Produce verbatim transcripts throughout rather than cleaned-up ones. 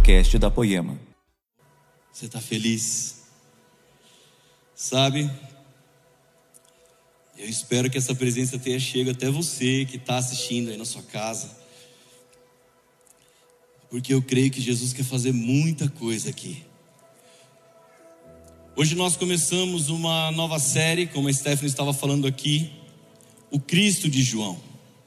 podcast da Poema. Você está feliz? Sabe? Eu espero que essa presença tenha chegado até você que está assistindo aí na sua casa, porque eu creio que Jesus quer fazer muita coisa aqui. Hoje nós começamos uma nova série, como a Stephanie estava falando aqui, o Cristo de João.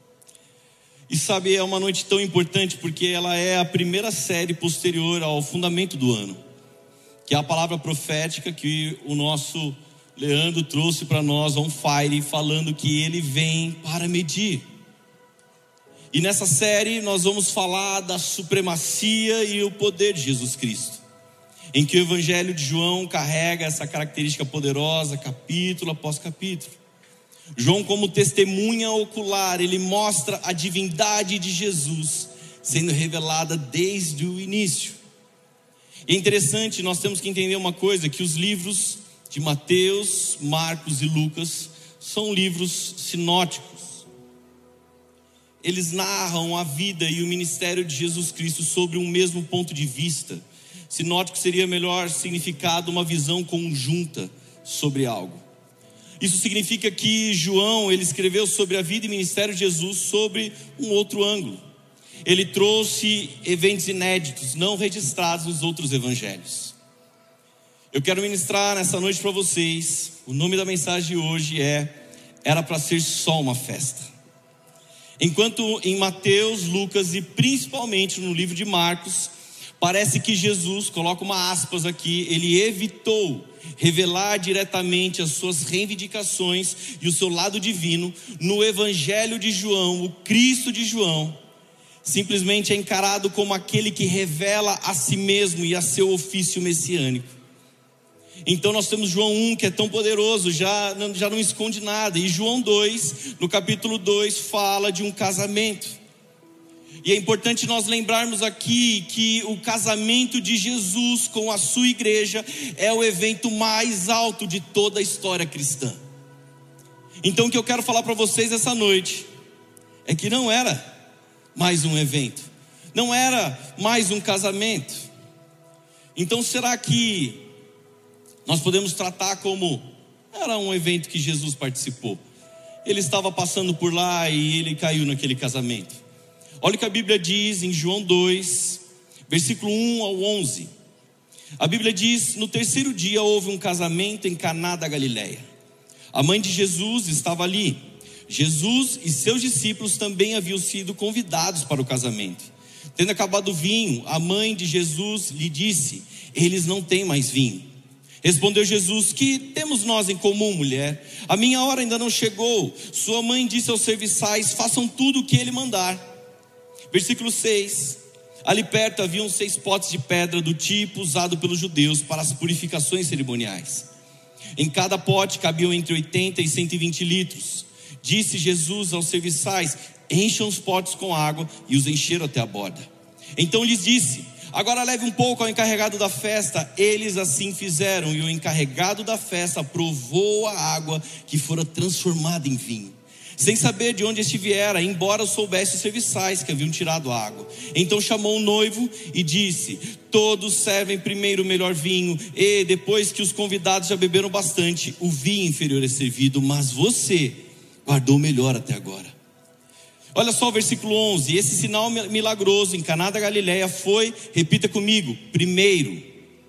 E sabe, é uma noite tão importante porque ela é a primeira série posterior ao fundamento do ano, que é a palavra profética que o nosso Leandro trouxe para nós, on fire, falando que ele vem para medir. E nessa série nós vamos falar da supremacia e o poder de Jesus Cristo, em que o Evangelho de João carrega essa característica poderosa, capítulo após capítulo. João, como testemunha ocular, ele mostra a divindade de Jesus sendo revelada desde o início. E é interessante, nós temos que entender uma coisa, que os livros de Mateus, Marcos e Lucas são livros sinóticos. Eles narram a vida e o ministério de Jesus Cristo sobre um mesmo ponto de vista. Sinótico seria melhor significado, uma visão conjunta sobre algo. Isso significa que João, ele escreveu sobre a vida e ministério de Jesus sobre um outro ângulo. Ele trouxe eventos inéditos, não registrados nos outros evangelhos. Eu quero ministrar nessa noite para vocês, o nome da mensagem de hoje é Era para ser só uma festa. Enquanto em Mateus, Lucas e principalmente no livro de Marcos, parece que Jesus, coloca uma aspas aqui, ele evitou revelar diretamente as suas reivindicações e o seu lado divino. No Evangelho de João, o Cristo de João simplesmente é encarado como aquele que revela a si mesmo e a seu ofício messiânico. Então nós temos João um, que é tão poderoso, já, já não esconde nada. E João dois, no capítulo dois, fala de um casamento. E é importante nós lembrarmos aqui que o casamento de Jesus com a sua igreja é o evento mais alto de toda a história cristã. Então o que eu quero falar para vocês essa noite é que não era mais um evento, não era mais um casamento. Então será que nós podemos tratar como era um evento que Jesus participou? Ele estava passando por lá e ele caiu naquele casamento. Olha o que a Bíblia diz em João dois, versículo um ao onze. A Bíblia diz: no terceiro dia houve um casamento em Caná da Galileia. A mãe de Jesus estava ali. Jesus e seus discípulos também haviam sido convidados para o casamento. Tendo acabado o vinho, a mãe de Jesus lhe disse: eles não têm mais vinho. Respondeu Jesus: que temos nós em comum, mulher? A minha hora ainda não chegou. Sua mãe disse aos serviçais: façam tudo o que ele mandar. Versículo seis. Ali perto haviam seis potes de pedra do tipo usado pelos judeus para as purificações cerimoniais. Em cada pote cabiam entre oitenta e cento e vinte litros. Disse Jesus aos serviçais: encham os potes com água, e os encheram até a borda. Então lhes disse: agora leve um pouco ao encarregado da festa. Eles assim fizeram, e o encarregado da festa provou a água que fora transformada em vinho, sem saber de onde este viera, embora soubesse os serviçais que haviam tirado a água. Então chamou o noivo e disse: todos servem primeiro o melhor vinho, e depois que os convidados já beberam bastante, o vinho inferior é servido, mas você guardou o melhor até agora. Olha só o versículo onze. Esse sinal milagroso em Caná da Galileia foi, repita comigo, primeiro.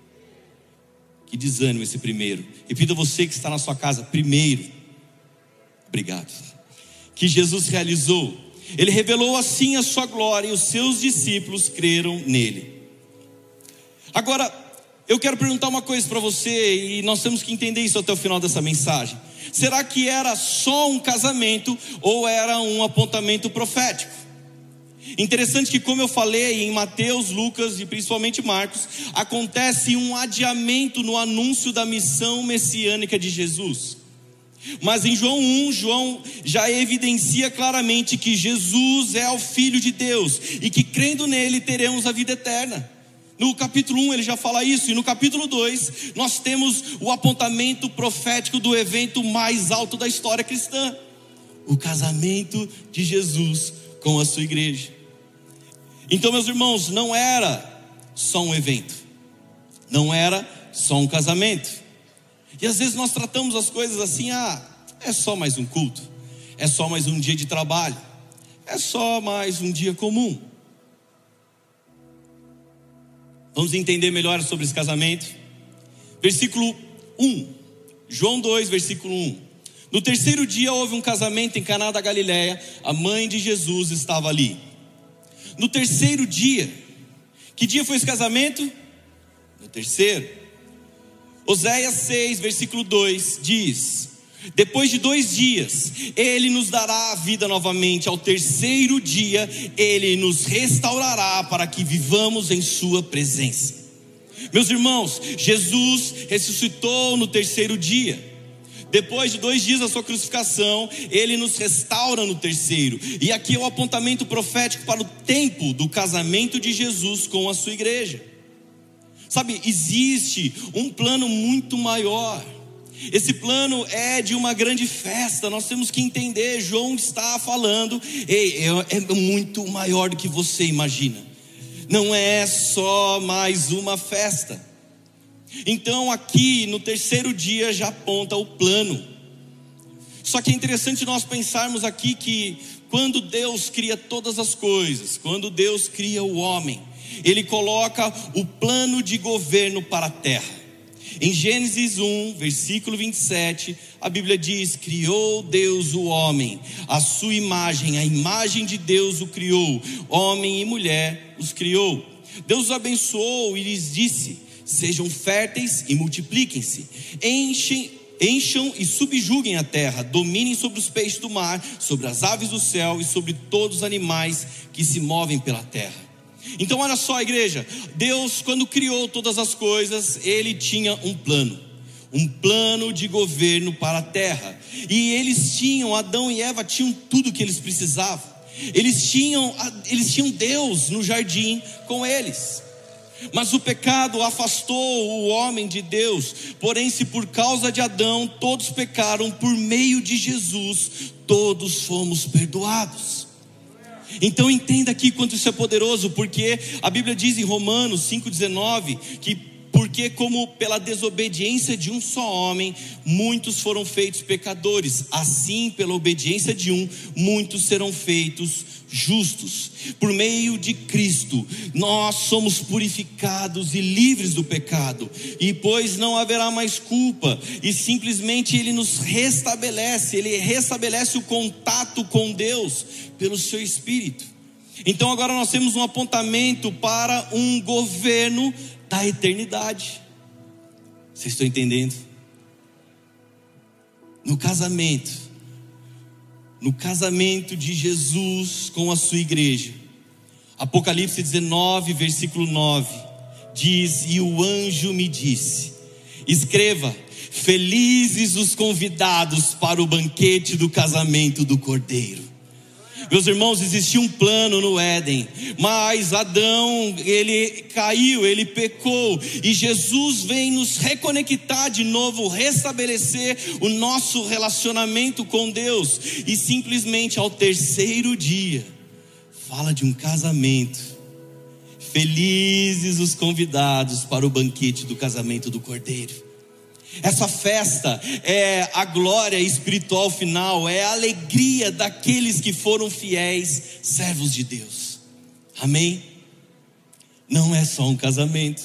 Que desânimo esse primeiro. Repita você que está na sua casa, primeiro. Obrigado. Que Jesus realizou. Ele revelou assim a sua glória, e os seus discípulos creram nele. Agora, eu quero perguntar uma coisa para você, e nós temos que entender isso até o final dessa mensagem. Será que era só um casamento ou era um apontamento profético? Interessante que, como eu falei, em Mateus, Lucas e principalmente Marcos, acontece um adiamento no anúncio da missão messiânica de Jesus. Mas em João um, João já evidencia claramente que Jesus é o Filho de Deus e que crendo nele teremos a vida eterna. No capítulo um ele já fala isso, e no capítulo dois nós temos o apontamento profético do evento mais alto da história cristã: o casamento de Jesus com a sua igreja. Então, meus irmãos, não era só um evento, não era só um casamento. E às vezes nós tratamos as coisas assim: ah, é só mais um culto, é só mais um dia de trabalho, é só mais um dia comum. Vamos entender melhor sobre esse casamento. Versículo um, João dois, versículo um. No terceiro dia houve um casamento em Caná da Galileia, a mãe de Jesus estava ali. No terceiro dia, que dia foi esse casamento? No terceiro. Oséias seis, versículo dois diz: depois de dois dias, Ele nos dará a vida novamente. Ao terceiro dia, Ele nos restaurará para que vivamos em sua presença. Meus irmãos, Jesus ressuscitou no terceiro dia. Depois de dois dias da sua crucificação, Ele nos restaura no terceiro. E aqui é o apontamento profético para o tempo do casamento de Jesus com a sua igreja. Sabe, existe um plano muito maior. Esse plano é de uma grande festa. Nós temos que entender, João está falando, ei, é, é muito maior do que você imagina. Não é só mais uma festa. Então aqui no terceiro dia já aponta o plano. Só que é interessante nós pensarmos aqui que quando Deus cria todas as coisas, quando Deus cria o homem, Ele coloca o plano de governo para a terra. Em Gênesis um, versículo vinte e sete, a Bíblia diz: criou Deus o homem, a sua imagem, a imagem de Deus o criou, homem e mulher os criou. Deus os abençoou e lhes disse: sejam férteis e multipliquem-se, enchem, encham e subjuguem a terra, dominem sobre os peixes do mar, sobre as aves do céu e sobre todos os animais que se movem pela terra. Então olha só, igreja, Deus, quando criou todas as coisas, Ele tinha um plano, um plano de governo para a terra. E eles tinham, Adão e Eva tinham tudo o que eles precisavam. Eles tinham, eles tinham Deus no jardim com eles. Mas o pecado afastou o homem de Deus. Porém, se por causa de Adão todos pecaram, por meio de Jesus todos fomos perdoados. Então entenda aqui quanto isso é poderoso, porque a Bíblia diz em Romanos cinco, dezenove, que porque como pela desobediência de um só homem, muitos foram feitos pecadores, assim pela obediência de um, muitos serão feitos justos. Por meio de Cristo, nós somos purificados e livres do pecado, e pois não haverá mais culpa, e simplesmente Ele nos restabelece, Ele restabelece o contato com Deus pelo seu Espírito. Então agora nós temos um apontamento para um governo da eternidade. Vocês estão entendendo? No casamento, no casamento de Jesus com a sua igreja, Apocalipse dezenove, versículo nove, diz: e o anjo me disse, escreva, felizes os convidados para o banquete do casamento do Cordeiro. Meus irmãos, existia um plano no Éden, mas Adão, ele caiu, ele pecou, e Jesus vem nos reconectar de novo, restabelecer o nosso relacionamento com Deus. E simplesmente ao terceiro dia, fala de um casamento. Felizes os convidados para o banquete do casamento do Cordeiro. Essa festa é a glória espiritual final, é a alegria daqueles que foram fiéis servos de Deus. Amém? Não é só um casamento.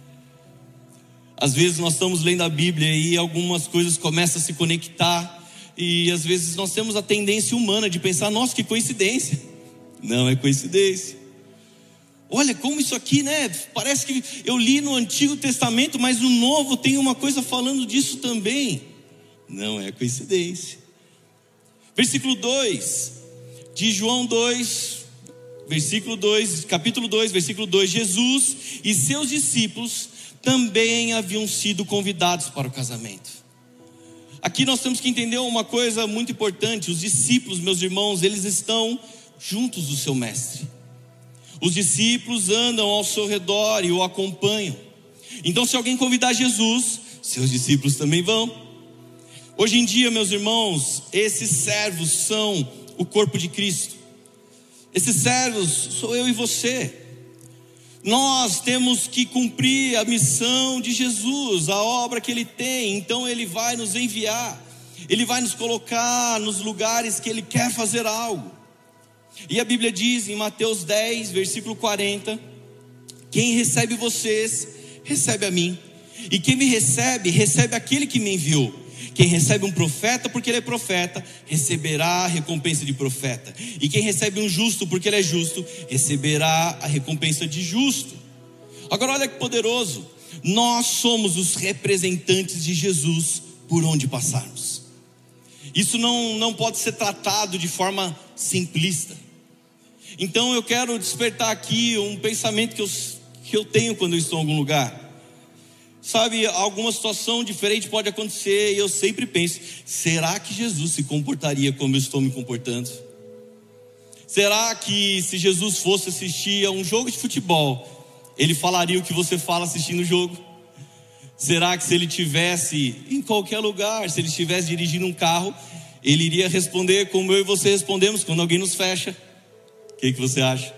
Às vezes nós estamos lendo a Bíblia e algumas coisas começam a se conectar, e às vezes nós temos a tendência humana de pensar: nossa, que coincidência. Não é coincidência. Olha como isso aqui, né? Parece que eu li no Antigo Testamento, mas no Novo tem uma coisa falando disso também. Não é coincidência. Versículo dois de João dois, versículo dois, capítulo dois, versículo dois: Jesus e seus discípulos também haviam sido convidados para o casamento. Aqui nós temos que entender uma coisa muito importante. Os discípulos, meus irmãos, eles estão juntos do seu mestre. Os discípulos andam ao seu redor e o acompanham. Então, se alguém convidar Jesus, seus discípulos também vão. Hoje em dia, meus irmãos, esses servos são o corpo de Cristo. Esses servos sou eu e você. Nós temos que cumprir a missão de Jesus, a obra que Ele tem. Então Ele vai nos enviar, Ele vai nos colocar nos lugares que Ele quer fazer algo. E a Bíblia diz em Mateus dez, versículo quarenta: quem recebe vocês, recebe a mim, e quem me recebe, recebe aquele que me enviou. Quem recebe um profeta porque ele é profeta, receberá a recompensa de profeta. E quem recebe um justo porque ele é justo, receberá a recompensa de justo. Agora olha que poderoso. Nós somos os representantes de Jesus por onde passarmos. Isso não, não pode ser tratado de forma simplista. Então eu quero despertar aqui um pensamento que eu, que eu tenho quando eu estou em algum lugar. Sabe, alguma situação diferente pode acontecer e eu sempre penso: será que Jesus se comportaria como eu estou me comportando? Será que se Jesus fosse assistir a um jogo de futebol, Ele falaria o que você fala assistindo o jogo? Será que se Ele estivesse em qualquer lugar, se Ele estivesse dirigindo um carro, Ele iria responder como eu e você respondemos quando alguém nos fecha? O que, que você acha?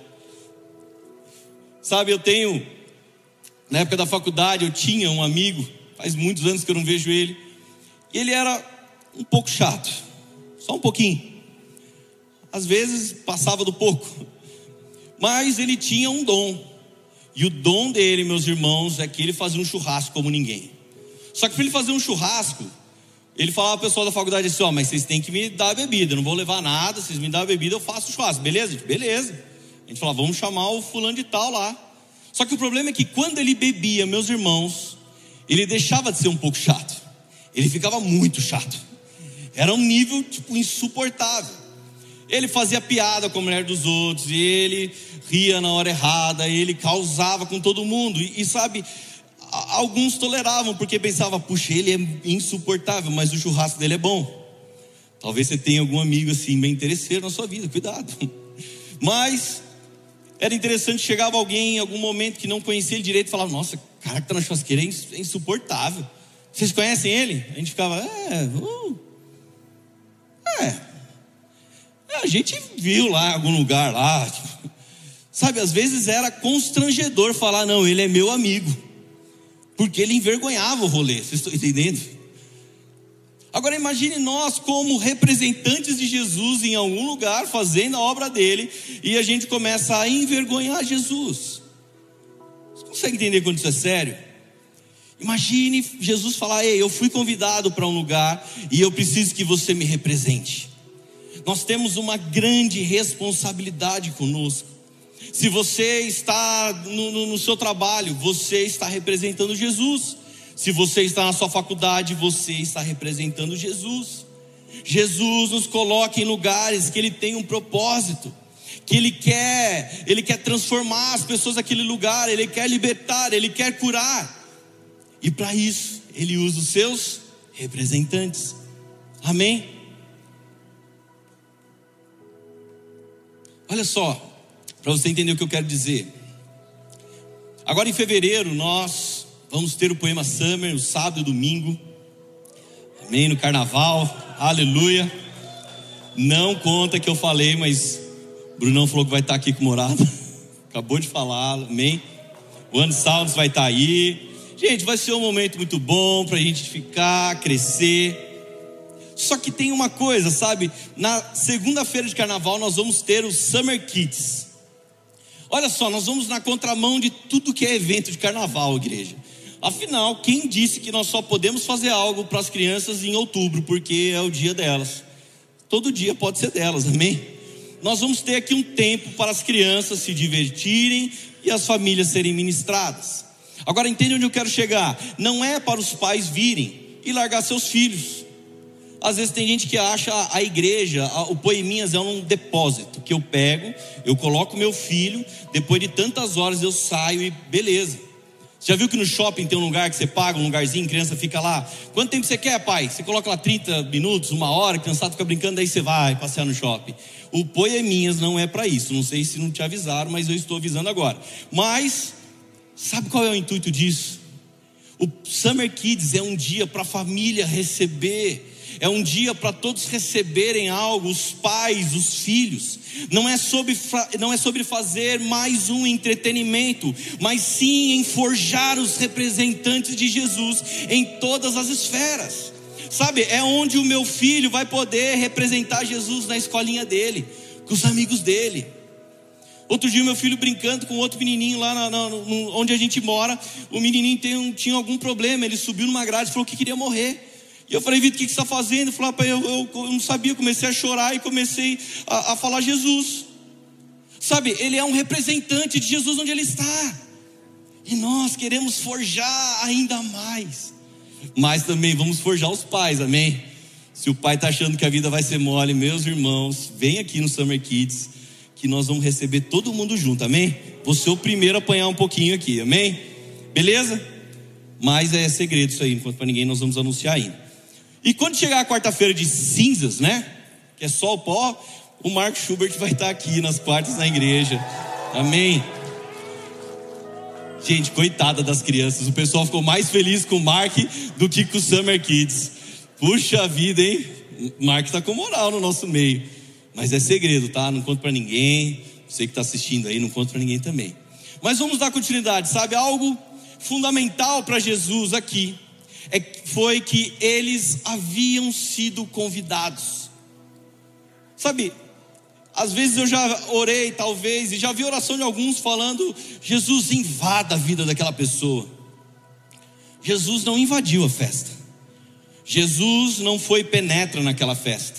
Sabe, eu tenho... Na época da faculdade eu tinha um amigo, faz muitos anos que eu não vejo ele. E ele era um pouco chato, só um pouquinho. Às vezes passava do pouco. Mas ele tinha um dom. E o dom dele, meus irmãos, é que ele fazia um churrasco como ninguém. Só que para ele fazer um churrasco, ele falava para o pessoal da faculdade assim: ó, mas vocês têm que me dar a bebida, eu não vou levar nada, vocês me dão a bebida, eu faço o churrasco, beleza? Beleza. A gente falava: vamos chamar o fulano de tal lá. Só que o problema é que quando ele bebia, meus irmãos, ele deixava de ser um pouco chato. Ele ficava muito chato. Era um nível tipo insuportável. Ele fazia piada com a mulher dos outros, e ele ria na hora errada, ele causava com todo mundo. E, e sabe, alguns toleravam porque pensavam: puxa, ele é insuportável, mas o churrasco dele é bom. Talvez você tenha algum amigo assim bem interesseiro na sua vida, cuidado. Mas era interessante, chegava alguém em algum momento que não conhecia ele direito e falava: nossa, o cara que está na churrasqueira é insuportável. Vocês conhecem ele? A gente ficava: é, uh, é, a gente viu lá em algum lugar lá. Tipo, sabe, às vezes era constrangedor falar: não, ele é meu amigo, porque ele envergonhava o rolê. Vocês estão entendendo? Agora imagine nós como representantes de Jesus em algum lugar, fazendo a obra dele, e a gente começa a envergonhar Jesus. Você consegue entender quando isso é sério? Imagine Jesus falar: ei, eu fui convidado para um lugar e eu preciso que você me represente. Nós temos uma grande responsabilidade conosco. Se você está no, no, no seu trabalho, você está representando Jesus. Se você está na sua faculdade, você está representando Jesus. Jesus nos coloca em lugares que Ele tem um propósito, que Ele quer, Ele quer transformar as pessoas daquele lugar, Ele quer libertar, Ele quer curar. E para isso, Ele usa os seus representantes. Amém? Olha só, para você entender o que eu quero dizer. Agora em fevereiro nós vamos ter o Poema Summer, o sábado e domingo. Amém, no carnaval, aleluia. Não conta que eu falei, mas Brunão falou que vai estar aqui com morada. Acabou de falar, amém. O One Sounds vai estar aí. Gente, vai ser um momento muito bom para a gente ficar, crescer. Só que tem uma coisa, sabe? Na segunda-feira de carnaval nós vamos ter os Summer Kids. Olha só, nós vamos na contramão de tudo que é evento de carnaval, igreja. Afinal, quem disse que nós só podemos fazer algo para as crianças em outubro, porque é o dia delas? Todo dia pode ser delas, amém? Nós vamos ter aqui um tempo para as crianças se divertirem e as famílias serem ministradas. Agora entende onde eu quero chegar? Não é para os pais virem e largar seus filhos. Às vezes tem gente que acha a igreja, o Poeminhas é um depósito que eu pego, eu coloco meu filho, depois de tantas horas eu saio e beleza. Você já viu que no shopping tem um lugar que você paga, um lugarzinho, criança fica lá? Quanto tempo você quer, pai? Você coloca lá trinta minutos, uma hora, cansado fica brincando, daí você vai passear no shopping. O Poeminhas não é para isso. Não sei se não te avisaram, mas eu estou avisando agora. Mas sabe qual é o intuito disso? O Summer Kids é um dia para a família receber, É um dia para todos receberem algo, os pais, os filhos. Não é sobre, não é sobre fazer mais um entretenimento, mas sim em forjar os representantes de Jesus em todas as esferas. Sabe, é onde o meu filho vai poder representar Jesus na escolinha dele, com os amigos dele. Outro dia meu filho brincando com outro menininho lá na, na, no, onde a gente mora. O menininho tem um, tinha algum problema, ele subiu numa grade e falou que queria morrer. E eu falei: Vitor, o que, que você está fazendo? Ele falou: ah, eu, eu, eu não sabia, comecei a chorar e comecei a, a falar Jesus. Sabe, ele é um representante de Jesus onde ele está. E nós queremos forjar ainda mais. Mas também vamos forjar os pais, amém? Se o pai está achando que a vida vai ser mole, meus irmãos, vem aqui no Summer Kids, que nós vamos receber todo mundo junto, amém? Você é o primeiro a apanhar um pouquinho aqui, amém? Beleza? Mas é segredo isso aí, enquanto para ninguém nós vamos anunciar ainda. E quando chegar a quarta-feira de cinzas, né? Que é só o pó, o Marco Schubert vai estar aqui nas quartas na igreja, amém? Gente, coitada das crianças, o pessoal ficou mais feliz com o Mark do que com o Summer Kids. Puxa vida, hein? O Mark está com moral no nosso meio. Mas é segredo, tá? Não conto para ninguém. Você que está assistindo aí, não conto para ninguém também. Mas vamos dar continuidade, sabe? Algo fundamental para Jesus aqui é, foi que eles haviam sido convidados. Sabe, às vezes eu já orei, talvez, e já vi oração de alguns falando: Jesus, invada a vida daquela pessoa. Jesus não invadiu a festa. Jesus não foi penetra naquela festa.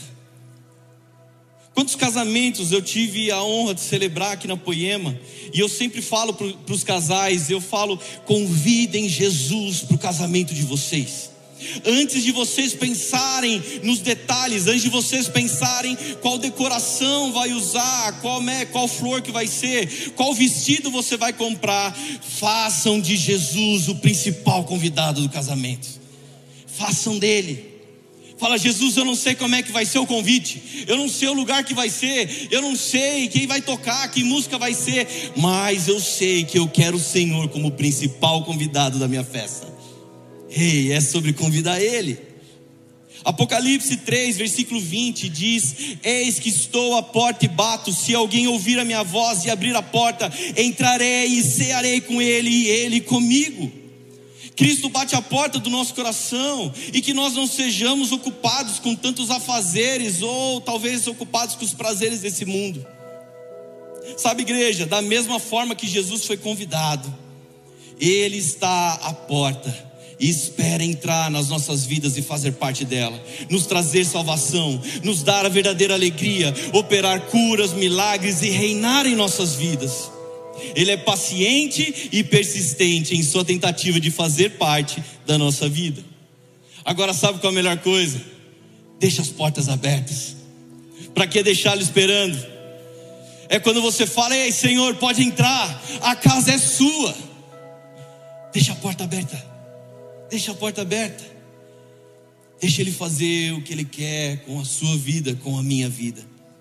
Quantos casamentos eu tive a honra de celebrar aqui na Poema, e eu sempre falo para os casais, eu falo: convidem Jesus para o casamento de vocês. Antes de vocês pensarem nos detalhes, antes de vocês pensarem qual decoração vai usar, qual, é, qual flor que vai ser, qual vestido você vai comprar, façam de Jesus o principal convidado do casamento. Façam dele. Fala: Jesus, eu não sei como é que vai ser o convite, eu não sei o lugar que vai ser, eu não sei quem vai tocar, que música vai ser, mas eu sei que eu quero o Senhor como principal convidado da minha festa. Ei, é sobre convidar Ele. Apocalipse três, versículo vinte diz: eis que estou à porta e bato, se alguém ouvir a minha voz e abrir a porta, entrarei e cearei com ele e ele comigo. Cristo bate a porta do nosso coração, e que nós não sejamos ocupados com tantos afazeres, ou talvez ocupados com os prazeres desse mundo. Sabe, igreja, da mesma forma que Jesus foi convidado, Ele está à porta e espera entrar nas nossas vidas e fazer parte dela, nos trazer salvação, nos dar a verdadeira alegria, operar curas, milagres e reinar em nossas vidas. Ele é paciente e persistente em sua tentativa de fazer parte da nossa vida. Agora, sabe qual é a melhor coisa? Deixa as portas abertas. Para que deixá-lo esperando? É quando você fala: ei, Senhor, pode entrar, a casa é sua. Deixa a porta aberta. Deixa a porta aberta. Deixa Ele fazer o que Ele quer com a sua vida, com a minha vida.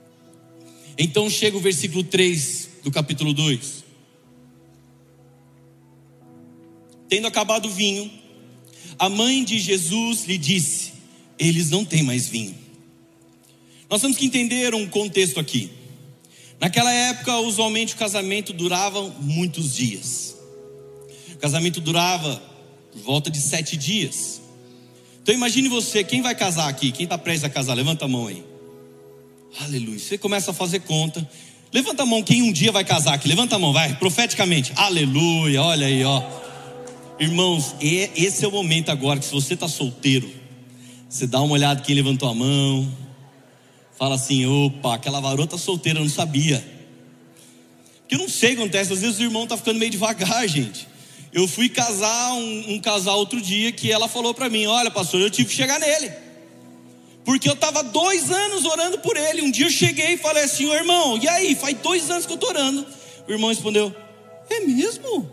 Então chega o versículo três do capítulo dois. Tendo acabado o vinho, a mãe de Jesus lhe disse: eles não têm mais vinho. Nós temos que entender um contexto aqui. Naquela época, usualmente o casamento durava muitos dias. O casamento durava por volta de sete dias. Então imagine você, quem vai casar aqui? Quem está prestes a casar? Levanta a mão aí. Aleluia. Você começa a fazer conta. Levanta a mão quem um dia vai casar aqui. Levanta a mão, vai, profeticamente. Aleluia, olha aí, ó. Irmãos, esse é o momento agora que, se você está solteiro, você dá uma olhada quem levantou a mão, fala assim: opa, aquela varota solteira, eu não sabia. Porque eu não sei o que acontece, às vezes o irmão está ficando meio devagar, gente. Eu fui casar um, um casal outro dia, que ela falou para mim: olha, pastor, eu tive que chegar nele, porque eu estava dois anos orando por ele. Um dia eu cheguei e falei assim: ô irmão, e aí? Faz dois anos que eu estou orando. O irmão respondeu: é mesmo?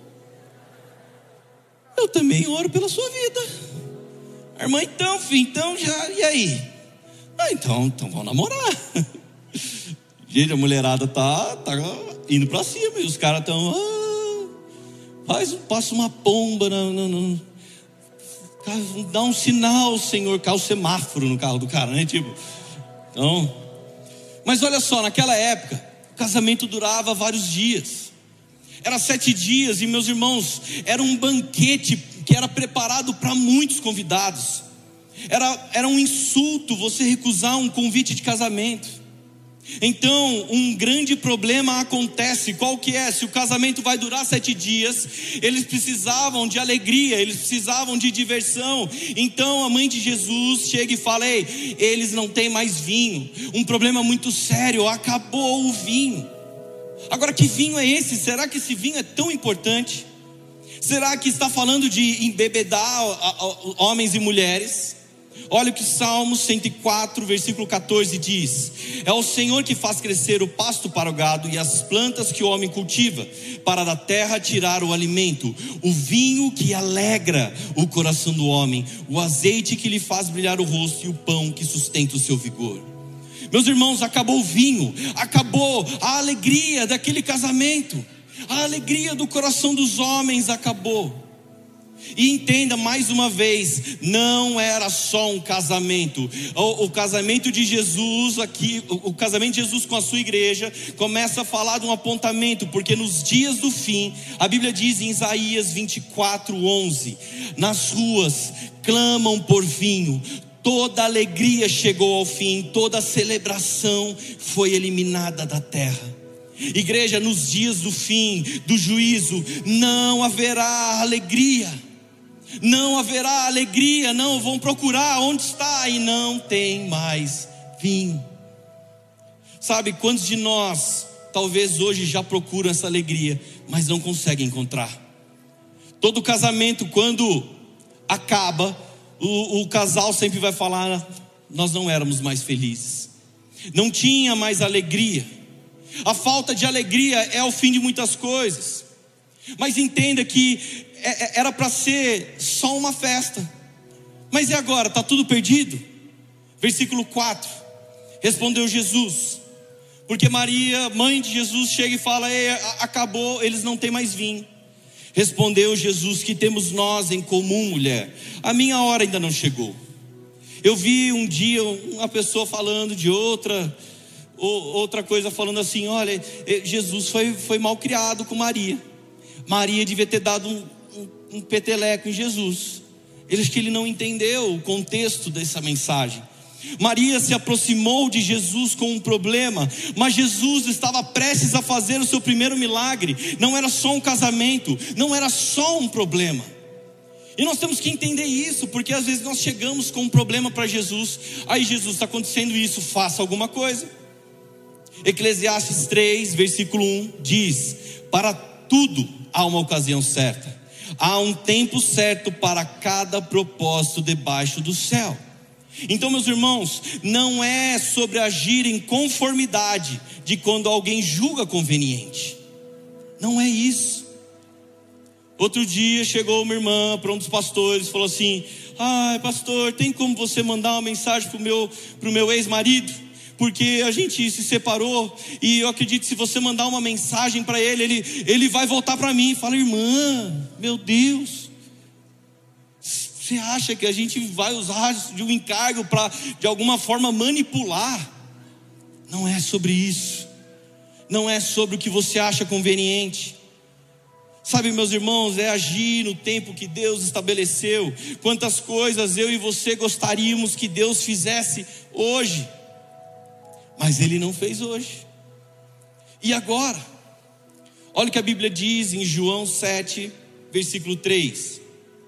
Eu também oro pela sua vida. A irmã: então, filho, então já, e aí? Ah, então, então vamos namorar. Gente, a mulherada tá, tá indo pra cima, e os caras estão, ah, faz, passa uma pomba, não, não, não. Dá um sinal, Senhor. Cai o semáforo no carro do cara, né? Tipo, então. Mas olha só, naquela época, o casamento durava vários dias. Era sete dias e, meus irmãos, era um banquete que era preparado para muitos convidados. Era, era um insulto você recusar um convite de casamento. Então, um grande problema acontece. Qual que é? Se o casamento vai durar sete dias, eles precisavam de alegria, eles precisavam de diversão. Então a mãe de Jesus chega e fala: ei, eles não têm mais vinho. Um problema muito sério, acabou o vinho. Agora, que vinho é esse? Será que esse vinho é tão importante? Será que está falando de embebedar homens e mulheres? Olha o que Salmo cento e quatro, versículo catorze diz: é o Senhor que faz crescer o pasto para o gado e as plantas que o homem cultiva, para da terra tirar o alimento, o vinho que alegra o coração do homem, o azeite que lhe faz brilhar o rosto e o pão que sustenta o seu vigor. Meus irmãos, acabou o vinho, acabou a alegria daquele casamento, a alegria do coração dos homens acabou. E entenda mais uma vez, não era só um casamento. O, o casamento de Jesus aqui, o, o casamento de Jesus com a sua igreja começa a falar de um apontamento, porque nos dias do fim, a Bíblia diz em Isaías vinte e quatro, onze: nas ruas clamam por vinho, toda alegria chegou ao fim, toda celebração foi eliminada da terra. Igreja, nos dias do fim, do juízo, não haverá alegria. Não haverá alegria, não, vão procurar onde está e não tem mais vinho. Sabe, quantos de nós talvez hoje já procuram essa alegria, mas não conseguem encontrar? Todo casamento, quando acaba, o, o casal sempre vai falar: nós não éramos mais felizes, não tinha mais alegria. A falta de alegria é o fim de muitas coisas. Mas entenda que era para ser só uma festa. Mas e agora? Está tudo perdido? Versículo quatro: respondeu Jesus, porque Maria, mãe de Jesus, chega e fala: ei, acabou, eles não têm mais vinho. Respondeu Jesus: que temos nós em comum, mulher? A minha hora ainda não chegou. Eu vi um dia uma pessoa falando de outra Outra coisa, falando assim: olha, Jesus foi, foi mal criado com Maria. Maria devia ter dado um, um, um peteleco em Jesus. Ele, acho que ele não entendeu o contexto dessa mensagem. Maria se aproximou de Jesus com um problema, mas Jesus estava prestes a fazer o seu primeiro milagre. Não era só um casamento, não era só um problema. E nós temos que entender isso, porque às vezes nós chegamos com um problema para Jesus. Aí Jesus, está acontecendo isso, faça alguma coisa. Eclesiastes três, versículo um diz: para tudo há uma ocasião certa, há um tempo certo para cada propósito debaixo do céu. Então, meus irmãos, não é sobre agir em conformidade de quando alguém julga conveniente. Não é isso. Outro dia chegou uma irmã para um dos pastores e falou assim: ai, pastor, tem como você mandar uma mensagem para o meu, pro meu ex-marido? Porque a gente se separou e eu acredito que se você mandar uma mensagem para ele, ele, ele vai voltar para mim. Fala: irmã, meu Deus, você acha que a gente vai usar de um encargo para de alguma forma manipular? Não é sobre isso. Não é sobre o que você acha conveniente. Sabe, meus irmãos, é agir no tempo que Deus estabeleceu. Quantas coisas eu e você gostaríamos que Deus fizesse hoje, mas Ele não fez hoje. E agora? Olha o que a Bíblia diz em João sete, versículo três.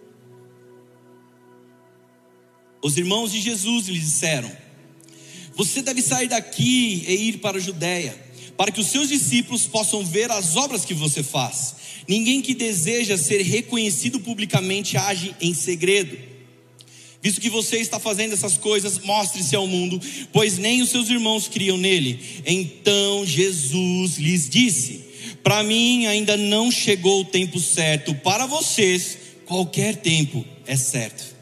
Os irmãos de Jesus lhe disseram: você deve sair daqui e ir para a Judeia, para que os seus discípulos possam ver as obras que você faz. Ninguém que deseja ser reconhecido publicamente age em segredo. Visto que você está fazendo essas coisas, mostre-se ao mundo, pois nem os seus irmãos criam nele. Então Jesus lhes disse: para mim ainda não chegou o tempo certo, para vocês qualquer tempo é certo.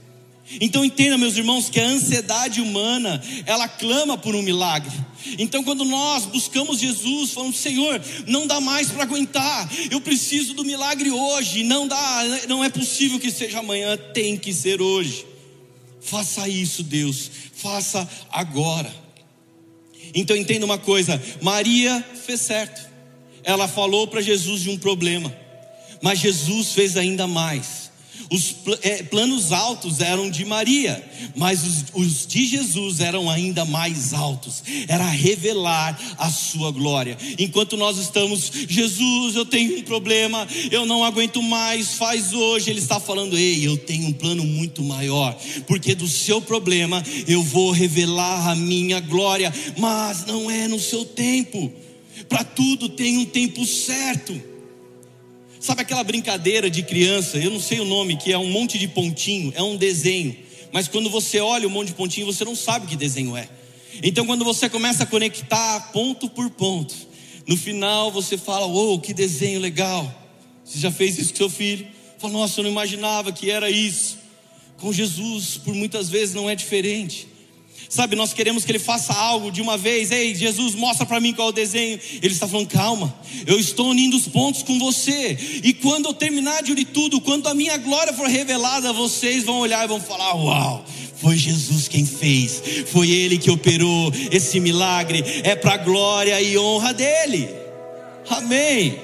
Então entenda, meus irmãos, que a ansiedade humana, ela clama por um milagre. Então quando nós buscamos Jesus, falamos: Senhor, não dá mais para aguentar, eu preciso do milagre hoje, não dá, não é possível que seja amanhã, tem que ser hoje. Faça isso, Deus, faça agora. Então entenda uma coisa, Maria fez certo, ela falou para Jesus de um problema, mas Jesus fez ainda mais. Os é, planos altos eram de Maria, mas os, os de Jesus eram ainda mais altos. Era revelar a sua glória. Enquanto nós estamos: Jesus, eu tenho um problema, eu não aguento mais, faz hoje. Ele está falando: ei, eu tenho um plano muito maior, porque do seu problema eu vou revelar a minha glória. Mas não é no seu tempo. Para tudo tem um tempo certo. Sabe aquela brincadeira de criança, eu não sei o nome, que é um monte de pontinho, é um desenho, mas quando você olha um monte de pontinho, você não sabe que desenho é. Então quando você começa a conectar ponto por ponto, no final você fala: oh, que desenho legal. Você já fez isso com seu filho? Fala: nossa, eu não imaginava que era isso. Com Jesus, por muitas vezes não é diferente. Sabe, nós queremos que Ele faça algo de uma vez. Ei, Jesus, mostra para mim qual é o desenho. Ele está falando: calma, eu estou unindo os pontos com você. E quando eu terminar de unir tudo, quando a minha glória for revelada, vocês vão olhar e vão falar: uau, foi Jesus quem fez, foi Ele que operou esse milagre. É para a glória e honra dEle. Amém.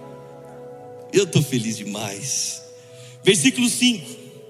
Eu estou feliz demais. Versículo cinco.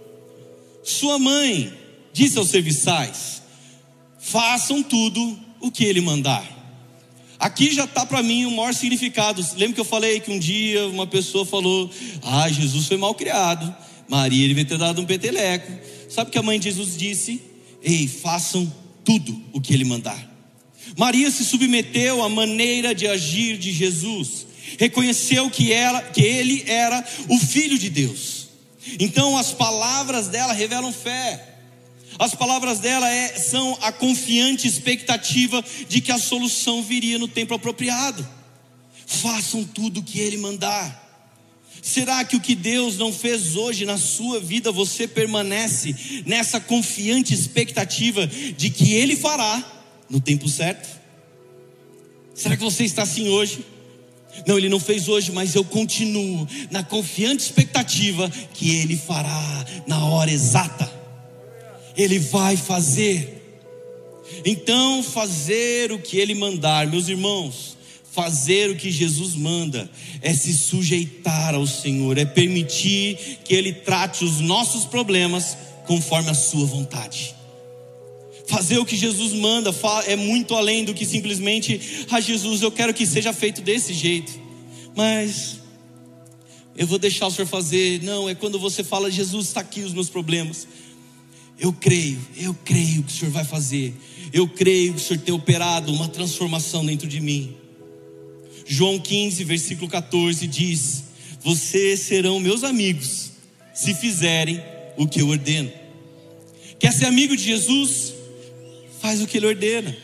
Sua mãe disse aos serviçais: façam tudo o que Ele mandar. Aqui já está para mim o maior significado. Lembra que eu falei que um dia uma pessoa falou: ah, Jesus foi mal criado, Maria ele devia ter dado um peteleco. Sabe o que a mãe de Jesus disse? Ei, façam tudo o que Ele mandar. Maria se submeteu à maneira de agir de Jesus, reconheceu que, ela, que Ele era o Filho de Deus. Então as palavras dela revelam fé. As palavras dela é, são a confiante expectativa de que a solução viria no tempo apropriado. Façam tudo o que Ele mandar. Será que o que Deus não fez hoje na sua vida, você permanece nessa confiante expectativa de que Ele fará no tempo certo? Será que você está assim hoje? Não, Ele não fez hoje, mas eu continuo na confiante expectativa que Ele fará na hora exata. Ele vai fazer. Então fazer o que Ele mandar, meus irmãos, fazer o que Jesus manda é se sujeitar ao Senhor, é permitir que Ele trate os nossos problemas conforme a sua vontade. Fazer o que Jesus manda é muito além do que simplesmente: ah, Jesus, eu quero que seja feito desse jeito, mas eu vou deixar o Senhor fazer. Não, é quando você fala: Jesus, está aqui os meus problemas. Eu creio, eu creio que o Senhor vai fazer. Eu creio que o Senhor tem operado uma transformação dentro de mim. João quinze, versículo catorze diz: vocês serão meus amigos se fizerem o que eu ordeno. Quer ser amigo de Jesus? Faz o que Ele ordena.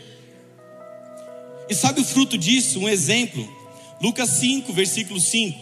E sabe o fruto disso? Um exemplo, Lucas cinco, versículo cinco.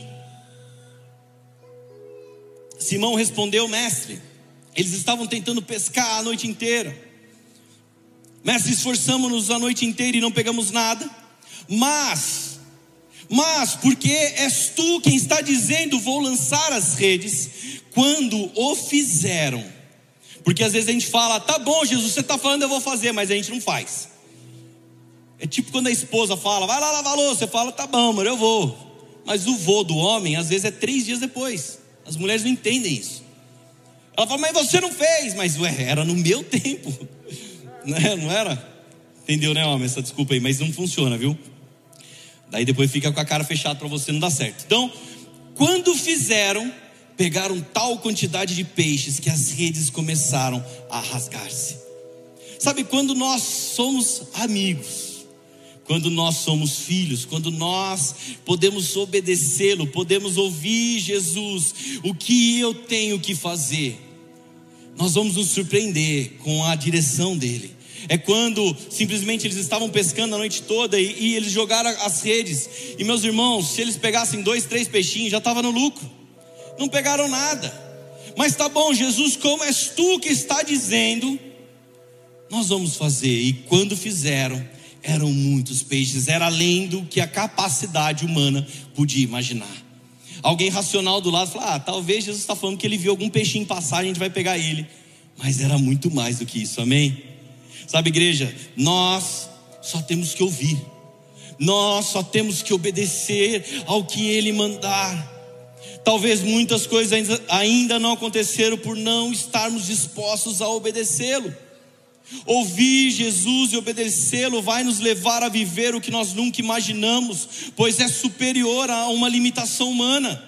Simão respondeu: mestre, eles estavam tentando pescar a noite inteira. Mestre, esforçamos-nos a noite inteira e não pegamos nada. Mas, mas porque és tu quem está dizendo: vou lançar as redes, quando o fizeram. Porque às vezes a gente fala: tá bom, Jesus, você está falando, eu vou fazer, mas a gente não faz. É tipo quando a esposa fala: vai lá lavar a louça. Você fala: tá bom, amor, eu vou. Mas o voo do homem às vezes é três dias depois. As mulheres não entendem isso. Ela fala: mas você não fez. Mas ué, era no meu tempo. Não, não era? Entendeu, né, homem? Essa desculpa aí, mas não funciona, viu? Daí depois fica com a cara fechada para você, não dá certo. Então, quando fizeram, pegaram tal quantidade de peixes que as redes começaram a rasgar-se. Sabe, quando nós somos amigos, quando nós somos filhos, quando nós podemos obedecê-lo, podemos ouvir Jesus, o que eu tenho que fazer, nós vamos nos surpreender com a direção dele. É quando simplesmente eles estavam pescando a noite toda e, e eles jogaram as redes. E meus irmãos, se eles pegassem dois, três peixinhos, já estava no lucro. Não pegaram nada. Mas tá bom, Jesus, como és tu que está dizendo, nós vamos fazer. E quando fizeram, eram muitos peixes, era além do que a capacidade humana podia imaginar. Alguém racional do lado falou: ah, talvez Jesus está falando que ele viu algum peixinho passar, a gente vai pegar ele. Mas era muito mais do que isso, amém? Sabe, igreja, nós só temos que ouvir, nós só temos que obedecer ao que ele mandar. Talvez muitas coisas ainda, ainda não aconteceram por não estarmos dispostos a obedecê-lo. Ouvir Jesus e obedecê-lo vai nos levar a viver o que nós nunca imaginamos, pois é superior a uma limitação humana.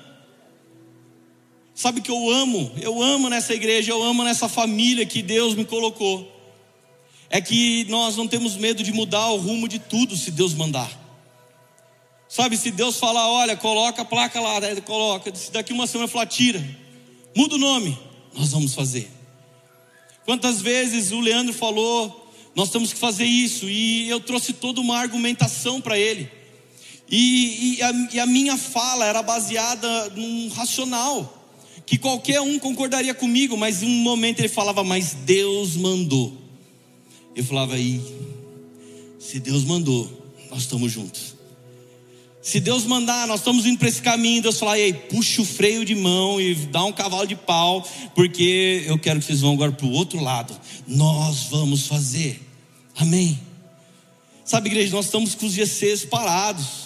Sabe o que eu amo? Eu amo nessa igreja, eu amo nessa família que Deus me colocou. É que nós não temos medo de mudar o rumo de tudo se Deus mandar. Sabe, se Deus falar, olha, coloca a placa lá, coloca, se daqui uma semana falar, tira, muda o nome, nós vamos fazer. Quantas vezes o Leandro falou, nós temos que fazer isso, e eu trouxe toda uma argumentação para ele, e, e, a, e a minha fala era baseada num racional, que qualquer um concordaria comigo, mas em um momento ele falava, mas Deus mandou. Eu falava, aí, se Deus mandou, nós estamos juntos. Se Deus mandar, nós estamos indo para esse caminho. Deus fala, ei, puxa o freio de mão e dá um cavalo de pau, porque eu quero que vocês vão agora para o outro lado. Nós vamos fazer, amém? Sabe, igreja, nós estamos com os G Cs parados.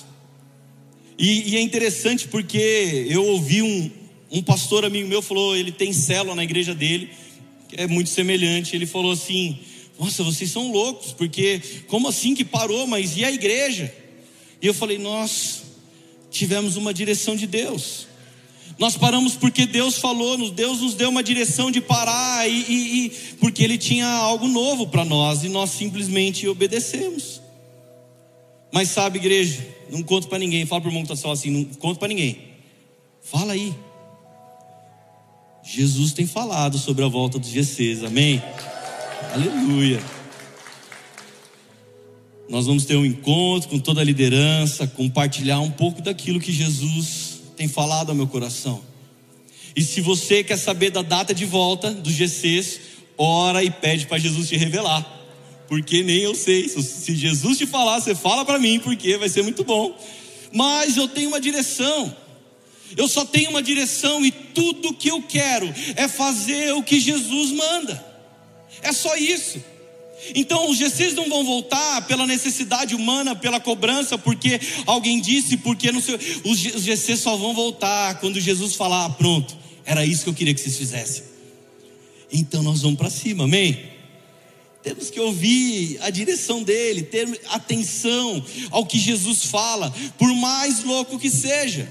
E, e é interessante porque eu ouvi um, um pastor amigo meu, falou, ele tem célula na igreja dele, que é muito semelhante. Ele falou assim, nossa, vocês são loucos, porque como assim que parou, mas e a igreja? E eu falei, nós tivemos uma direção de Deus. Nós paramos porque Deus falou, Deus nos deu uma direção de parar, e, e, e porque Ele tinha algo novo para nós, e nós simplesmente obedecemos. Mas sabe, igreja, não conta para ninguém. Fala para o irmão que está assim, não conta para ninguém. Fala aí. Jesus tem falado sobre a volta dos G Cs, amém? Aleluia. Nós vamos ter um encontro com toda a liderança, compartilhar um pouco daquilo que Jesus tem falado ao meu coração. E se você quer saber da data de volta dos G Cs, ora e pede para Jesus te revelar, porque nem eu sei. Se Jesus te falar, você fala para mim, porque vai ser muito bom. Mas eu tenho uma direção, eu só tenho uma direção, e tudo que eu quero é fazer o que Jesus manda. É só isso. Então os G Cs não vão voltar pela necessidade humana, pela cobrança, porque alguém disse, porque não sei. Os G Cs só vão voltar quando Jesus falar, ah, pronto, era isso que eu queria que vocês fizessem. Então nós vamos para cima, amém? Temos que ouvir a direção dele, ter atenção ao que Jesus fala, por mais louco que seja.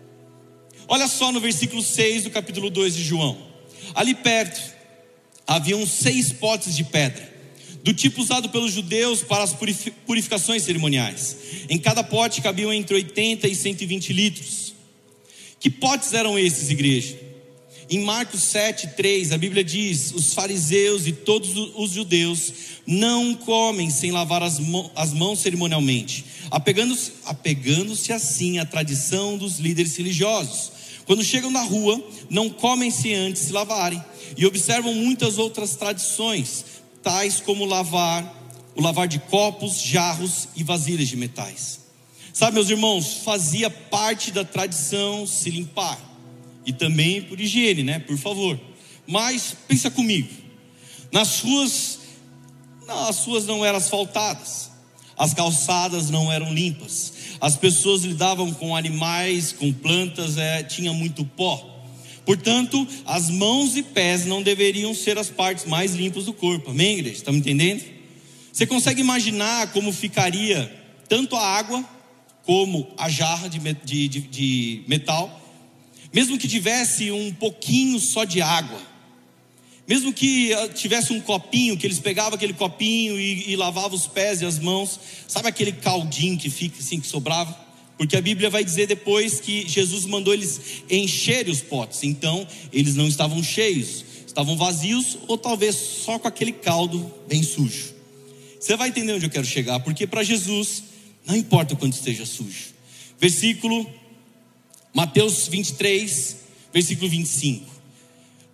Olha só no versículo seis do capítulo dois de João. Ali perto haviam seis potes de pedra, do tipo usado pelos judeus para as purificações cerimoniais. Em cada pote cabiam entre oitenta e cento e vinte litros. Que potes eram esses, igreja? Em Marcos sete, três, a Bíblia diz, os fariseus e todos os judeus não comem sem lavar as mãos, as mãos cerimonialmente, apegando-se, apegando-se assim à tradição dos líderes religiosos. Quando chegam na rua, não comem sem antes se lavarem, e observam muitas outras tradições, tais como lavar, o lavar de copos, jarros e vasilhas de metais. Sabe, meus irmãos, fazia parte da tradição se limpar, e também por higiene, né, por favor. Mas pensa comigo, nas ruas, não, as ruas não eram asfaltadas, as calçadas não eram limpas, as pessoas lidavam com animais, com plantas, é, tinha muito pó. Portanto, as mãos e pés não deveriam ser as partes mais limpas do corpo, amém, igreja? Está me entendendo? Você consegue imaginar como ficaria tanto a água como a jarra de, de, de, de metal, mesmo que tivesse um pouquinho só de água, mesmo que tivesse um copinho, que eles pegavam aquele copinho e, e lavavam os pés e as mãos, sabe aquele caldinho que fica assim, que sobrava? Porque a Bíblia vai dizer depois que Jesus mandou eles encherem os potes. Então eles não estavam cheios, estavam vazios, ou talvez só com aquele caldo bem sujo. Você vai entender onde eu quero chegar, porque para Jesus não importa quanto esteja sujo. Versículo Mateus vinte e três, versículo vinte e cinco.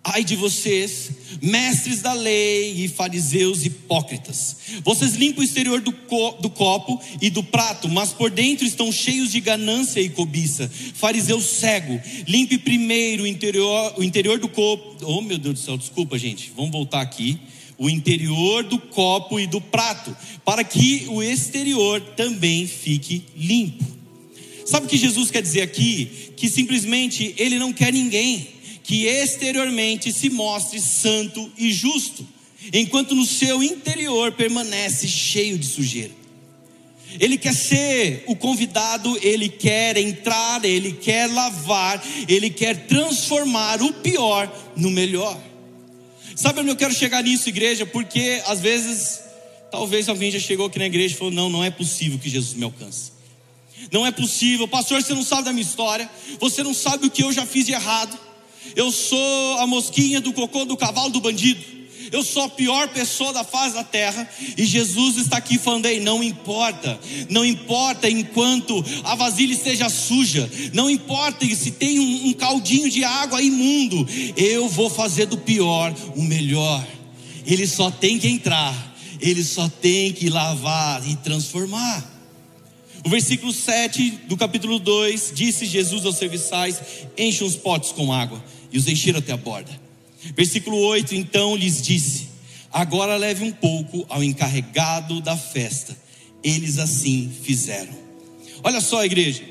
Ai de vocês, mestres da lei e fariseus hipócritas, vocês limpam o exterior do, co- do copo e do prato, mas por dentro estão cheios de ganância e cobiça. Fariseu cego, limpe primeiro o interior, o interior do copo. Oh meu Deus do céu, desculpa gente, vamos voltar aqui. O interior do copo e do prato, para que o exterior também fique limpo. Sabe o que Jesus quer dizer aqui? Que simplesmente Ele não quer ninguém que exteriormente se mostre santo e justo, enquanto no seu interior permanece cheio de sujeira. Ele quer ser o convidado, Ele quer entrar, Ele quer lavar, Ele quer transformar o pior no melhor. Sabe onde eu quero chegar nisso, igreja? Porque às vezes, talvez alguém já chegou aqui na igreja e falou: não, não é possível que Jesus me alcance. Não é possível, pastor, você não sabe da minha história, você não sabe o que eu já fiz de errado. Eu sou a mosquinha do cocô do cavalo do bandido, eu sou a pior pessoa da face da terra. E Jesus está aqui falando: ei, não importa, não importa enquanto a vasilha esteja suja, não importa se tem um, um caldinho de água imundo, eu vou fazer do pior o melhor. Ele só tem que entrar, ele só tem que lavar e transformar. O versículo sete do capítulo dois, disse Jesus aos serviçais: enchem os potes com água, e os encheram até a borda. Versículo oito, então lhes disse: agora leve um pouco ao encarregado da festa. Eles assim fizeram. Olha só, igreja,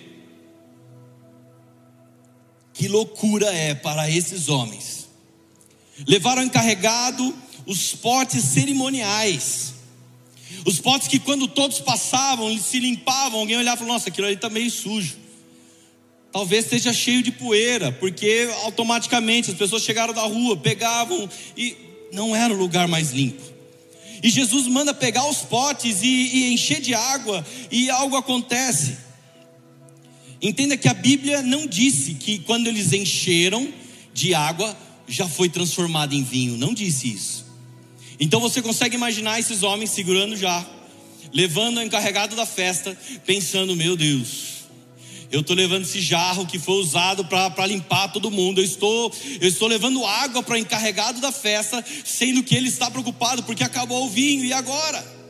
que loucura é para esses homens. Levaram ao encarregado os potes cerimoniais, os potes que quando todos passavam, se limpavam, alguém olhava e falava: nossa, aquilo ali está meio sujo. Talvez esteja cheio de poeira, porque automaticamente as pessoas chegaram da rua, pegavam, e não era o lugar mais limpo. E Jesus manda pegar os potes e, e encher de água, e algo acontece. Entenda que a Bíblia não disse que quando eles encheram de água, já foi transformado em vinho, não disse isso. Então você consegue imaginar esses homens segurando o jarro, levando o encarregado da festa, pensando: meu Deus, eu estou levando esse jarro que foi usado para limpar todo mundo, eu estou, eu estou levando água para o encarregado da festa, sendo que ele está preocupado porque acabou o vinho, e agora?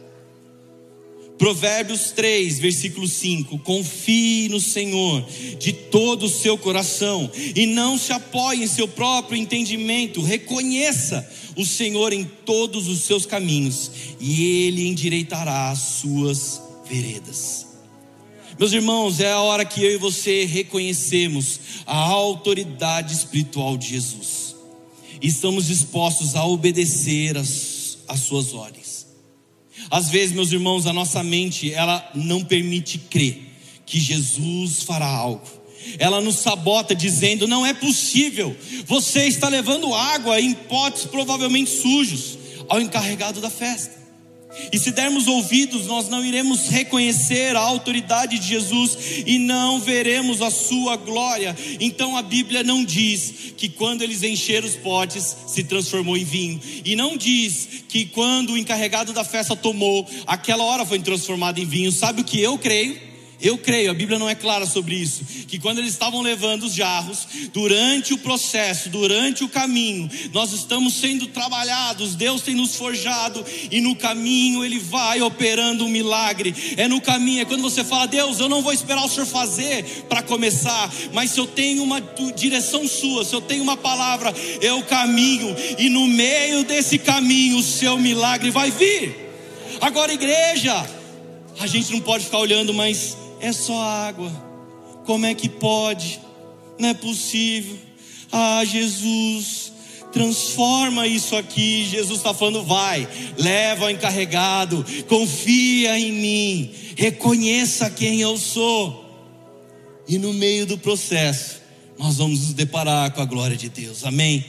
Provérbios três, versículo cinco: confie no Senhor de todo o seu coração, e não se apoie em seu próprio entendimento. Reconheça o Senhor em todos os seus caminhos, e Ele endireitará as suas veredas. Meus irmãos, é a hora que eu e você reconhecemos a autoridade espiritual de Jesus, e estamos dispostos a obedecer as, as suas ordens. Às vezes, meus irmãos, a nossa mente, ela não permite crer que Jesus fará algo. Ela nos sabota dizendo: não é possível, você está levando água em potes provavelmente sujos ao encarregado da festa. E se dermos ouvidos, nós não iremos reconhecer a autoridade de Jesus e não veremos a sua glória. Então a Bíblia não diz que quando eles encheram os potes se transformou em vinho, e não diz que quando o encarregado da festa tomou, aquela hora foi transformado em vinho. Sabe o que eu creio? Eu creio, a Bíblia não é clara sobre isso, que quando eles estavam levando os jarros, durante o processo, durante o caminho, nós estamos sendo trabalhados, Deus tem nos forjado, e no caminho Ele vai operando um milagre. É no caminho, é quando você fala: Deus, eu não vou esperar o Senhor fazer para começar, mas se eu tenho uma direção sua, se eu tenho uma palavra, eu caminho, e no meio desse caminho o seu milagre vai vir. Agora, igreja, a gente não pode ficar olhando, mas é só água, como é que pode? Não é possível. Ah, Jesus, transforma isso aqui. Jesus está falando: vai, leva o encarregado, confia em mim, reconheça quem eu sou. E no meio do processo, nós vamos nos deparar com a glória de Deus, amém?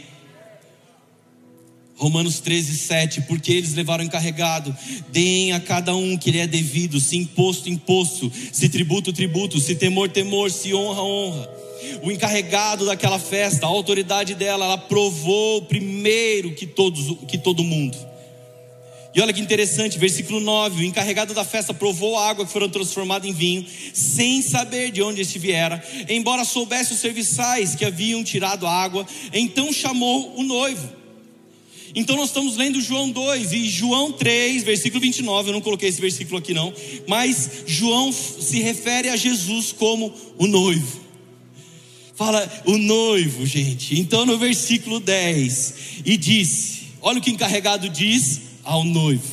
Romanos treze, sete: porque eles levaram encarregado, deem a cada um que lhe é devido, se imposto, imposto, se tributo, tributo, se temor, temor, se honra, honra. O encarregado daquela festa, a autoridade dela, ela provou primeiro que, todos, que todo mundo. E olha que interessante, versículo nove: o encarregado da festa provou a água que fora transformada em vinho, sem saber de onde este viera, embora soubesse os serviçais que haviam tirado a água. Então chamou o noivo. Então nós estamos lendo João dois e João três, versículo vinte e nove. Eu não coloquei esse versículo aqui não, mas João se refere a Jesus como o noivo. Fala o noivo, gente. Então no versículo dez: e disse, olha o que o encarregado diz ao noivo: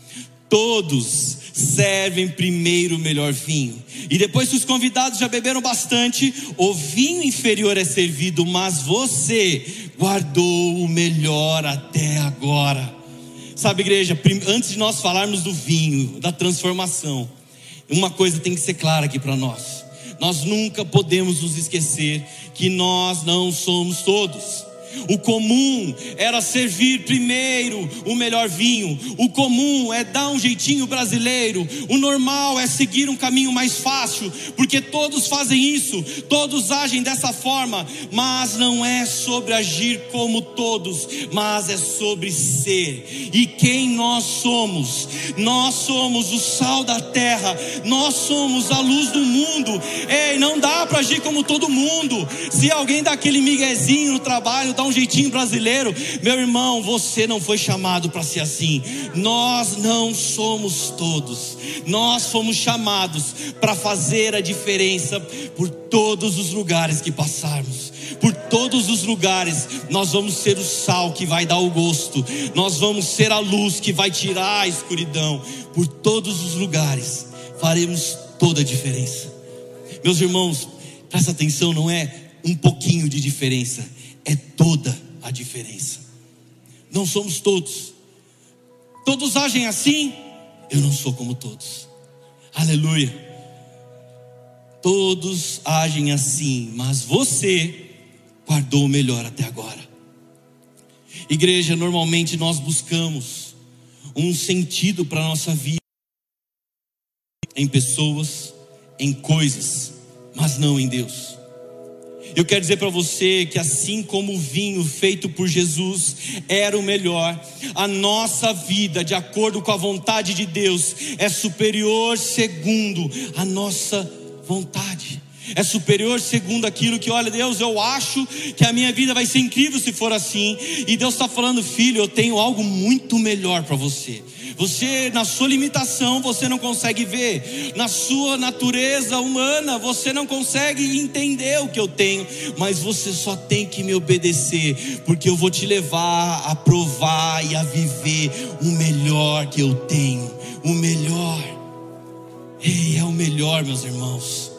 todos servem primeiro o melhor vinho, e depois que os convidados já beberam bastante, o vinho inferior é servido, mas você guardou o melhor até agora. Sabe, igreja, antes de nós falarmos do vinho, da transformação, uma coisa tem que ser clara aqui para nós: nós nunca podemos nos esquecer que nós não somos todos. O comum era servir primeiro o melhor vinho. O comum é dar um jeitinho brasileiro. O normal é seguir um caminho mais fácil, porque todos fazem isso, todos agem dessa forma. Mas não é sobre agir como todos, mas é sobre ser. E quem nós somos? Nós somos o sal da terra, nós somos a luz do mundo. Ei, não dá para agir como todo mundo. Se alguém dá aquele miguezinho no trabalho, dá um jeitinho brasileiro, meu irmão, você não foi chamado para ser assim. Nós não somos todos. Nós fomos chamados para fazer a diferença por todos os lugares que passarmos. Por todos os lugares nós vamos ser o sal que vai dar o gosto. Nós vamos ser a luz que vai tirar a escuridão. Por todos os lugares faremos toda a diferença. Meus irmãos, presta atenção, não é um pouquinho de diferença, é toda a diferença. Não somos todos. Todos agem assim, eu não sou como todos. Aleluia. Todos agem assim, mas você guardou o melhor até agora. Igreja, normalmente nós buscamos um sentido para a nossa vida em pessoas, em coisas, mas não em Deus. Eu quero dizer para você que assim como o vinho feito por Jesus era o melhor, a nossa vida, de acordo com a vontade de Deus, é superior segundo a nossa vontade. É superior segundo aquilo que, olha, Deus, eu acho que a minha vida vai ser incrível se for assim. E Deus está falando: filho, eu tenho algo muito melhor para você. Você, na sua limitação, você não consegue ver. Na sua natureza humana, você não consegue entender o que eu tenho. Mas você só tem que me obedecer, porque eu vou te levar a provar e a viver o melhor que eu tenho. O melhor. Ei, é o melhor, meus irmãos.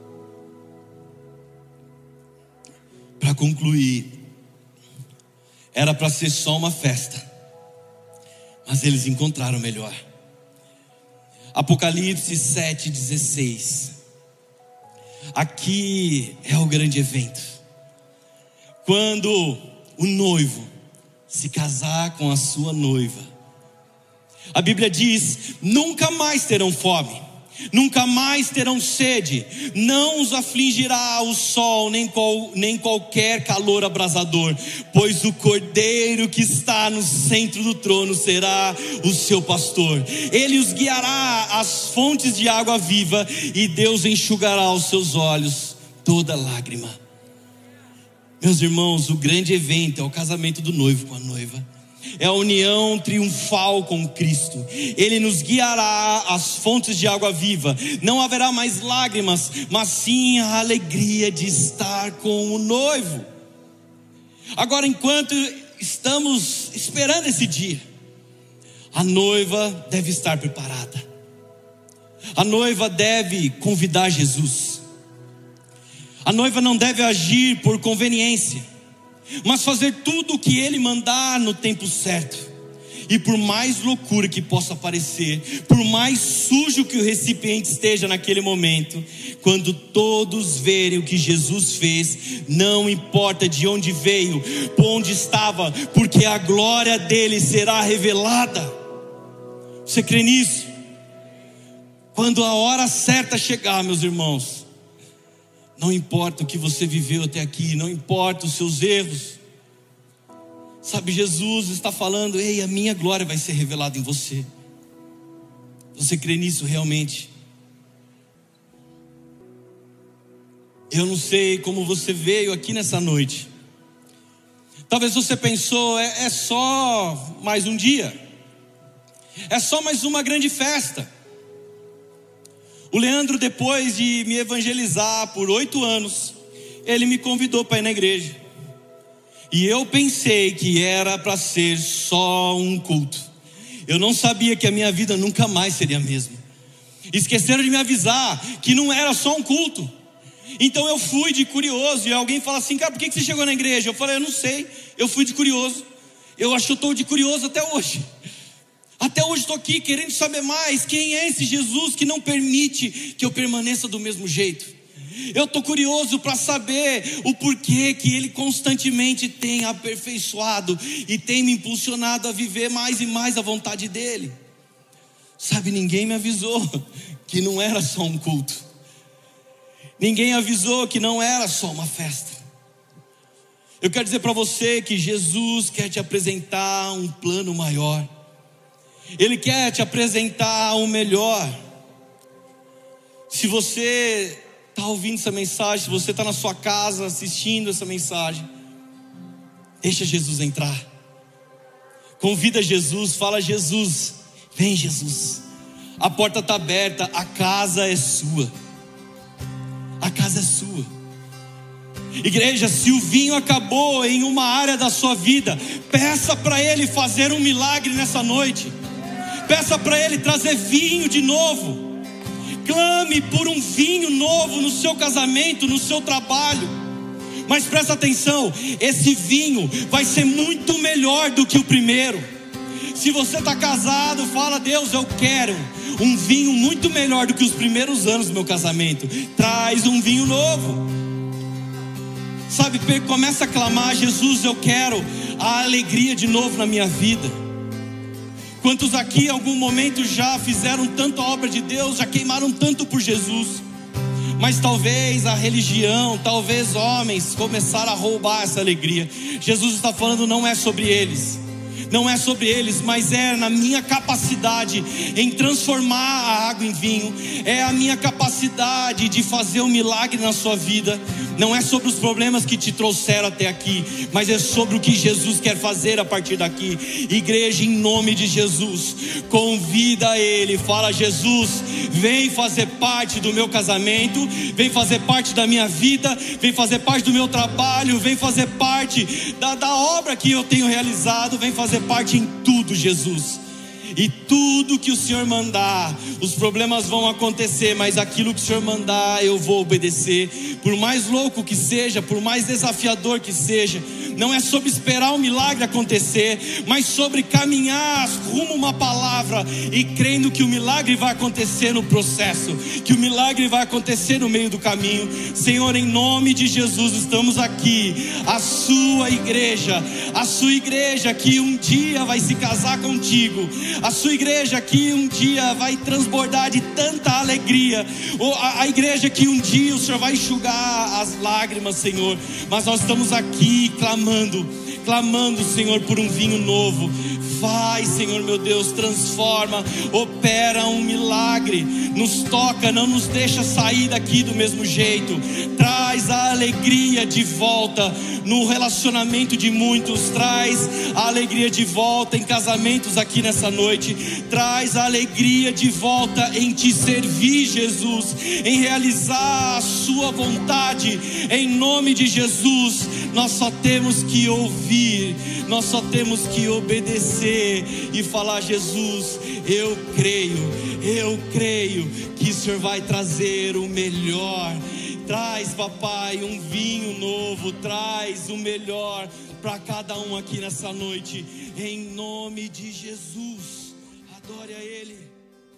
Para concluir, era para ser só uma festa, mas eles encontraram o melhor. Apocalipse sete, dezesseis. Aqui é o grande evento, quando o noivo se casar com a sua noiva. A Bíblia diz: nunca mais terão fome, nunca mais terão sede, não os afligirá o sol, nem, qual, nem qualquer calor abrasador, pois o Cordeiro que está no centro do trono será o seu pastor. Ele os guiará às fontes de água viva, e Deus enxugará aos seus olhos toda lágrima. Meus irmãos, o grande evento é o casamento do noivo com a noiva. É a união triunfal com Cristo. Ele nos guiará às fontes de água viva. Não haverá mais lágrimas, mas sim a alegria de estar com o noivo. Agora, enquanto estamos esperando esse dia, a noiva deve estar preparada. A noiva deve convidar Jesus. A noiva não deve agir por conveniência, mas fazer tudo o que Ele mandar no tempo certo. E por mais loucura que possa parecer, por mais sujo que o recipiente esteja naquele momento, quando todos verem o que Jesus fez, não importa de onde veio, por onde estava, porque a glória dele será revelada. Você crê nisso? Quando a hora certa chegar, meus irmãos, não importa o que você viveu até aqui, não importa os seus erros, Sabe, Jesus está falando: ei, a minha glória vai ser revelada em você. Você crê nisso realmente? Eu não sei como você veio aqui nessa noite. Talvez você pensou, é, é só mais um dia, é só mais uma grande festa. O Leandro, depois de me evangelizar por oito anos, ele me convidou para ir na igreja. E eu pensei que era para ser só um culto. Eu não sabia que a minha vida nunca mais seria a mesma. Esqueceram de me avisar que não era só um culto. Então eu fui de curioso. E alguém fala assim: cara, por que você chegou na igreja? Eu falei: eu não sei, eu fui de curioso. Eu acho que eu estou de curioso até hoje. Até hoje estou aqui querendo saber mais. Quem é esse Jesus que não permite que eu permaneça do mesmo jeito? Eu estou curioso para saber o porquê que Ele constantemente tem aperfeiçoado e tem me impulsionado a viver mais e mais a vontade dEle. Sabe, ninguém me avisou que não era só um culto. Ninguém avisou que não era só uma festa. Eu quero dizer para você que Jesus quer te apresentar um plano maior. Ele quer te apresentar o melhor. Se você está ouvindo essa mensagem, se você está na sua casa assistindo essa mensagem, deixa Jesus entrar. Convida Jesus, fala: Jesus, vem Jesus. A porta está aberta, a casa é sua. A casa é sua. Igreja, se o vinho acabou em uma área da sua vida, peça para Ele fazer um milagre nessa noite. Peça para Ele trazer vinho de novo. Clame por um vinho novo no seu casamento, no seu trabalho. Mas presta atenção, esse vinho vai ser muito melhor do que o primeiro. Se você está casado, fala: Deus, eu quero um vinho muito melhor do que os primeiros anos do meu casamento. Traz um vinho novo. Sabe, começa a clamar: Jesus, eu quero a alegria de novo na minha vida. Quantos aqui em algum momento já fizeram tanto a obra de Deus, já queimaram tanto por Jesus, mas talvez a religião, talvez homens começaram a roubar essa alegria. Jesus está falando: não é sobre eles, não é sobre eles, mas é na minha capacidade em transformar a água em vinho. É a minha capacidade de fazer um milagre na sua vida. Não é sobre os problemas que te trouxeram até aqui, mas é sobre o que Jesus quer fazer a partir daqui. Igreja, em nome de Jesus, convida Ele. Fala: Jesus, vem fazer parte do meu casamento, vem fazer parte da minha vida, vem fazer parte do meu trabalho, vem fazer parte da, da obra que eu tenho realizado, vem fazer parte em tudo, Jesus. E tudo que o Senhor mandar, os problemas vão acontecer, mas aquilo que o Senhor mandar eu vou obedecer. Por mais louco que seja, por mais desafiador que seja, não é sobre esperar um milagre acontecer, mas sobre caminhar rumo a uma palavra e crendo que o milagre vai acontecer no processo, que o milagre vai acontecer no meio do caminho. Senhor, em nome de Jesus, estamos aqui, a sua igreja, a sua igreja que um dia vai se casar contigo, a sua igreja que um dia vai transbordar de tanta alegria, a igreja que um dia o Senhor vai enxugar as lágrimas, Senhor. Mas nós estamos aqui clamando, clamando, Senhor, por um vinho novo. Vai, Senhor meu Deus, transforma, opera um milagre, nos toca, não nos deixa sair daqui do mesmo jeito. Traz a alegria de volta no relacionamento de muitos, traz a alegria de volta em casamentos aqui nessa noite, traz a alegria de volta em te servir, Jesus, em realizar a sua vontade. Em nome de Jesus, nós só temos que ouvir, nós só temos que obedecer e falar: Jesus, eu creio, eu creio que o Senhor vai trazer o melhor. Traz, papai, um vinho novo, traz o melhor para cada um aqui nessa noite, em nome de Jesus. Adore a Ele.